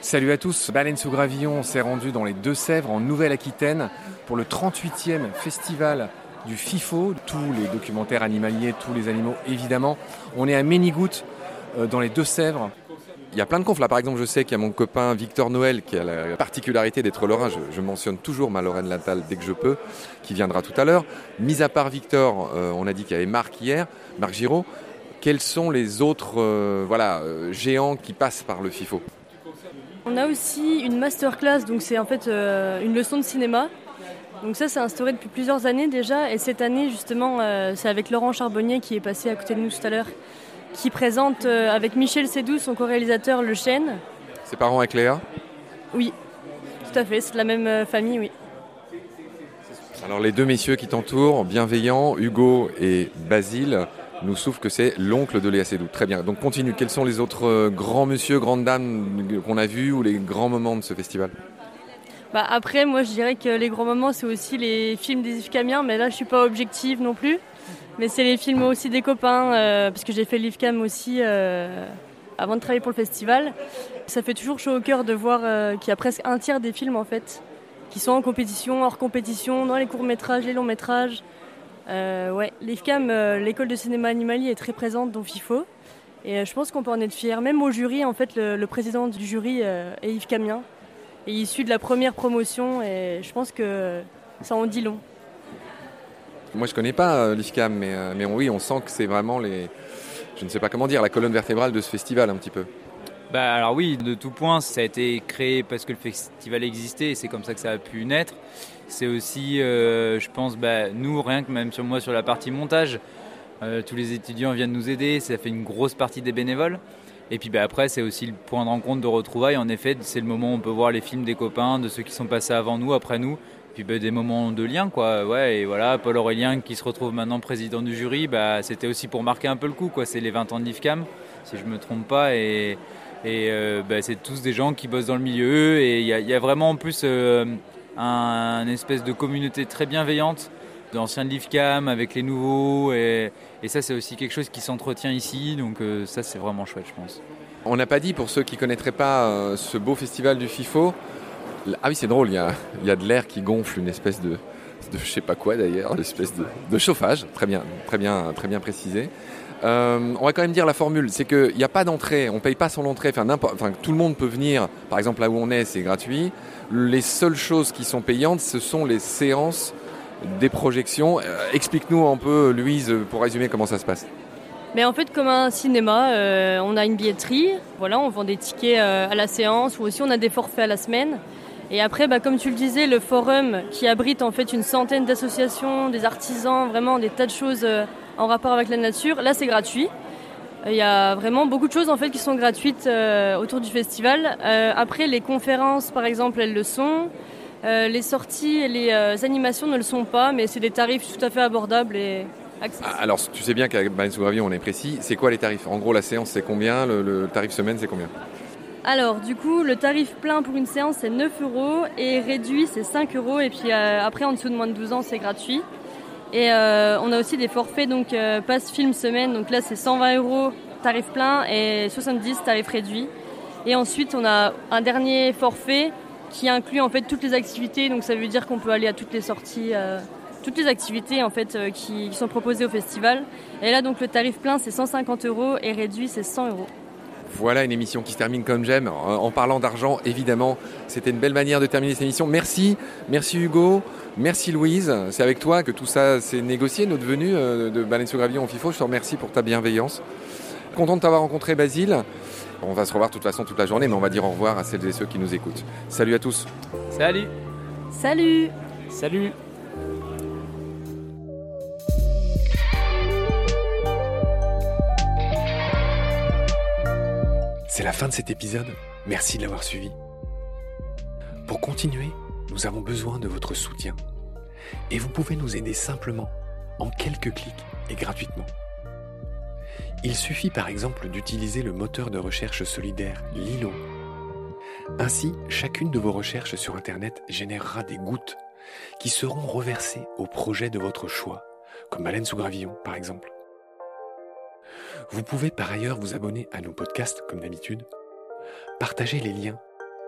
Salut à tous, Baleine sous Gravillon s'est rendu dans les Deux-Sèvres en Nouvelle-Aquitaine pour le 38e festival du FIFO, tous les documentaires animaliers, tous les animaux évidemment. On est à Ménigoutte dans les Deux-Sèvres. Il y a plein de confs là, par exemple je sais qu'il y a mon copain Victor Noël qui a la particularité d'être lorrain, je mentionne toujours ma Lorraine natale dès que je peux, qui viendra tout à l'heure. Mis à part Victor, on a dit qu'il y avait Marc hier, Marc Giraud. Quels sont les autres géants qui passent par le FIFO ? On a aussi une masterclass, donc c'est en fait une leçon de cinéma. Donc ça c'est instauré depuis plusieurs années déjà, et cette année justement c'est avec Laurent Charbonnier qui est passé à côté de nous tout à l'heure, qui présente avec Michel Sédou, son co-réalisateur, Le Chêne. Ses parents avec Léa ? Oui, tout à fait, c'est de la même famille, oui. Alors les deux messieurs qui t'entourent, bienveillants, Hugo et Basile, nous souffle que c'est l'oncle de Léa Seydoux. Très bien, donc continue. Quels sont les autres grands monsieur, grandes dames qu'on a vus ou les grands moments de ce festival ? Après, moi je dirais que les grands moments c'est aussi les films des IFCAMiens, mais là je suis pas objective non plus. Mais c'est les films aussi des copains, parce que j'ai fait l'IFCAM aussi avant de travailler pour le festival. Ça fait toujours chaud au cœur de voir qu'il y a presque un tiers des films en fait qui sont en compétition, hors compétition, dans les courts-métrages, les longs-métrages. L'IFCAM, l'école de cinéma animalier, est très présente dans FIFO. Et je pense qu'on peut en être fier. Même au jury, en fait, le président du jury est IFCAMien. Et issu de la première promotion. Et je pense que ça en dit long. Moi, je connais pas l'IFCAM, mais oui, on sent que c'est vraiment je ne sais pas comment dire, la colonne vertébrale de ce festival un petit peu. Alors oui, de tout point, ça a été créé parce que le festival existait et c'est comme ça que ça a pu naître. C'est aussi, je pense, nous, rien que même sur moi, sur la partie montage, tous les étudiants viennent nous aider, ça fait une grosse partie des bénévoles. Et puis après, c'est aussi le point de rencontre, de retrouvailles. En effet, c'est le moment où on peut voir les films des copains, de ceux qui sont passés avant nous, après nous. Puis des moments de lien, quoi. Ouais, et voilà, Paul Aurélien qui se retrouve maintenant président du jury, c'était aussi pour marquer un peu le coup, quoi. C'est les 20 ans de l'IFCAM, si je me trompe pas, et c'est tous des gens qui bossent dans le milieu, et il y a vraiment en plus un espèce de communauté très bienveillante d'anciens de l'IFCAM avec les nouveaux, et ça c'est aussi quelque chose qui s'entretient ici, donc ça c'est vraiment chouette, je pense. On n'a pas dit, pour ceux qui ne connaîtraient pas ce beau festival du FIFO, ah oui c'est drôle, il y a de l'air qui gonfle, une espèce de je sais pas quoi d'ailleurs, une espèce de chauffage, très bien précisé. On va quand même dire la formule, c'est qu'il n'y a pas d'entrée, on ne paye pas son entrée, tout le monde peut venir, par exemple là où on est c'est gratuit. Les seules choses qui sont payantes, ce sont les séances des projections. Explique-nous un peu, Louise, pour résumer comment ça se passe. Mais en fait, comme un cinéma, on a une billetterie, voilà, on vend des tickets à la séance, ou aussi on a des forfaits à la semaine. Et après, comme tu le disais, le forum qui abrite en fait une centaine d'associations, des artisans, vraiment des tas de choses en rapport avec la nature, là c'est gratuit. Il y a vraiment beaucoup de choses en fait qui sont gratuites autour du festival. Après, les conférences par exemple, elles le sont. Les sorties et les animations ne le sont pas, mais c'est des tarifs tout à fait abordables et accessibles. Alors, tu sais bien qu'à Baleine sous Gravillon, on est précis. C'est quoi les tarifs ? En gros, la séance c'est combien ? Le tarif semaine c'est combien ? Alors, du coup, le tarif plein pour une séance, c'est 9 € et réduit, c'est 5 €. Et puis après, en dessous de moins de 12 ans, c'est gratuit. Et on a aussi des forfaits, donc passe film semaine. Donc là, c'est 120 € tarif plein et 70 tarif réduit. Et ensuite, on a un dernier forfait qui inclut en fait toutes les activités. Donc ça veut dire qu'on peut aller à toutes les sorties, toutes les activités en fait qui sont proposées au festival. Et là, donc le tarif plein, c'est 150 € et réduit, c'est 100 €. Voilà une émission qui se termine comme j'aime, en parlant d'argent, évidemment. C'était une belle manière de terminer cette émission. Merci Hugo, merci Louise. C'est avec toi que tout ça s'est négocié, notre venue de Baleine sous Gravillon au FIFO. Je te remercie pour ta bienveillance. Content de t'avoir rencontré, Basile. On va se revoir de toute façon toute la journée, mais on va dire au revoir à celles et ceux qui nous écoutent. Salut à tous. Salut. Salut. Salut. C'est la fin de cet épisode, merci de l'avoir suivi. Pour continuer, nous avons besoin de votre soutien. Et vous pouvez nous aider simplement, en quelques clics et gratuitement. Il suffit par exemple d'utiliser le moteur de recherche solidaire Lilo. Ainsi, chacune de vos recherches sur Internet générera des gouttes qui seront reversées au projet de votre choix, comme Baleine sous Gravillon par exemple. Vous pouvez par ailleurs vous abonner à nos podcasts comme d'habitude, partager les liens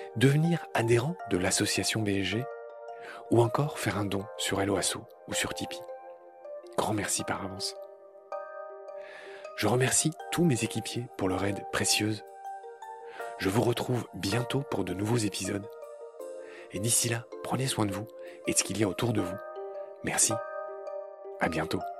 devenir adhérent de l'association BSG ou encore faire un don sur Helloasso ou sur Tipeee. Grand merci par avance. Je remercie tous mes équipiers pour leur aide précieuse. Je vous retrouve bientôt pour de nouveaux épisodes. Et d'ici là, prenez soin de vous et de ce qu'il y a autour de vous. Merci. À bientôt.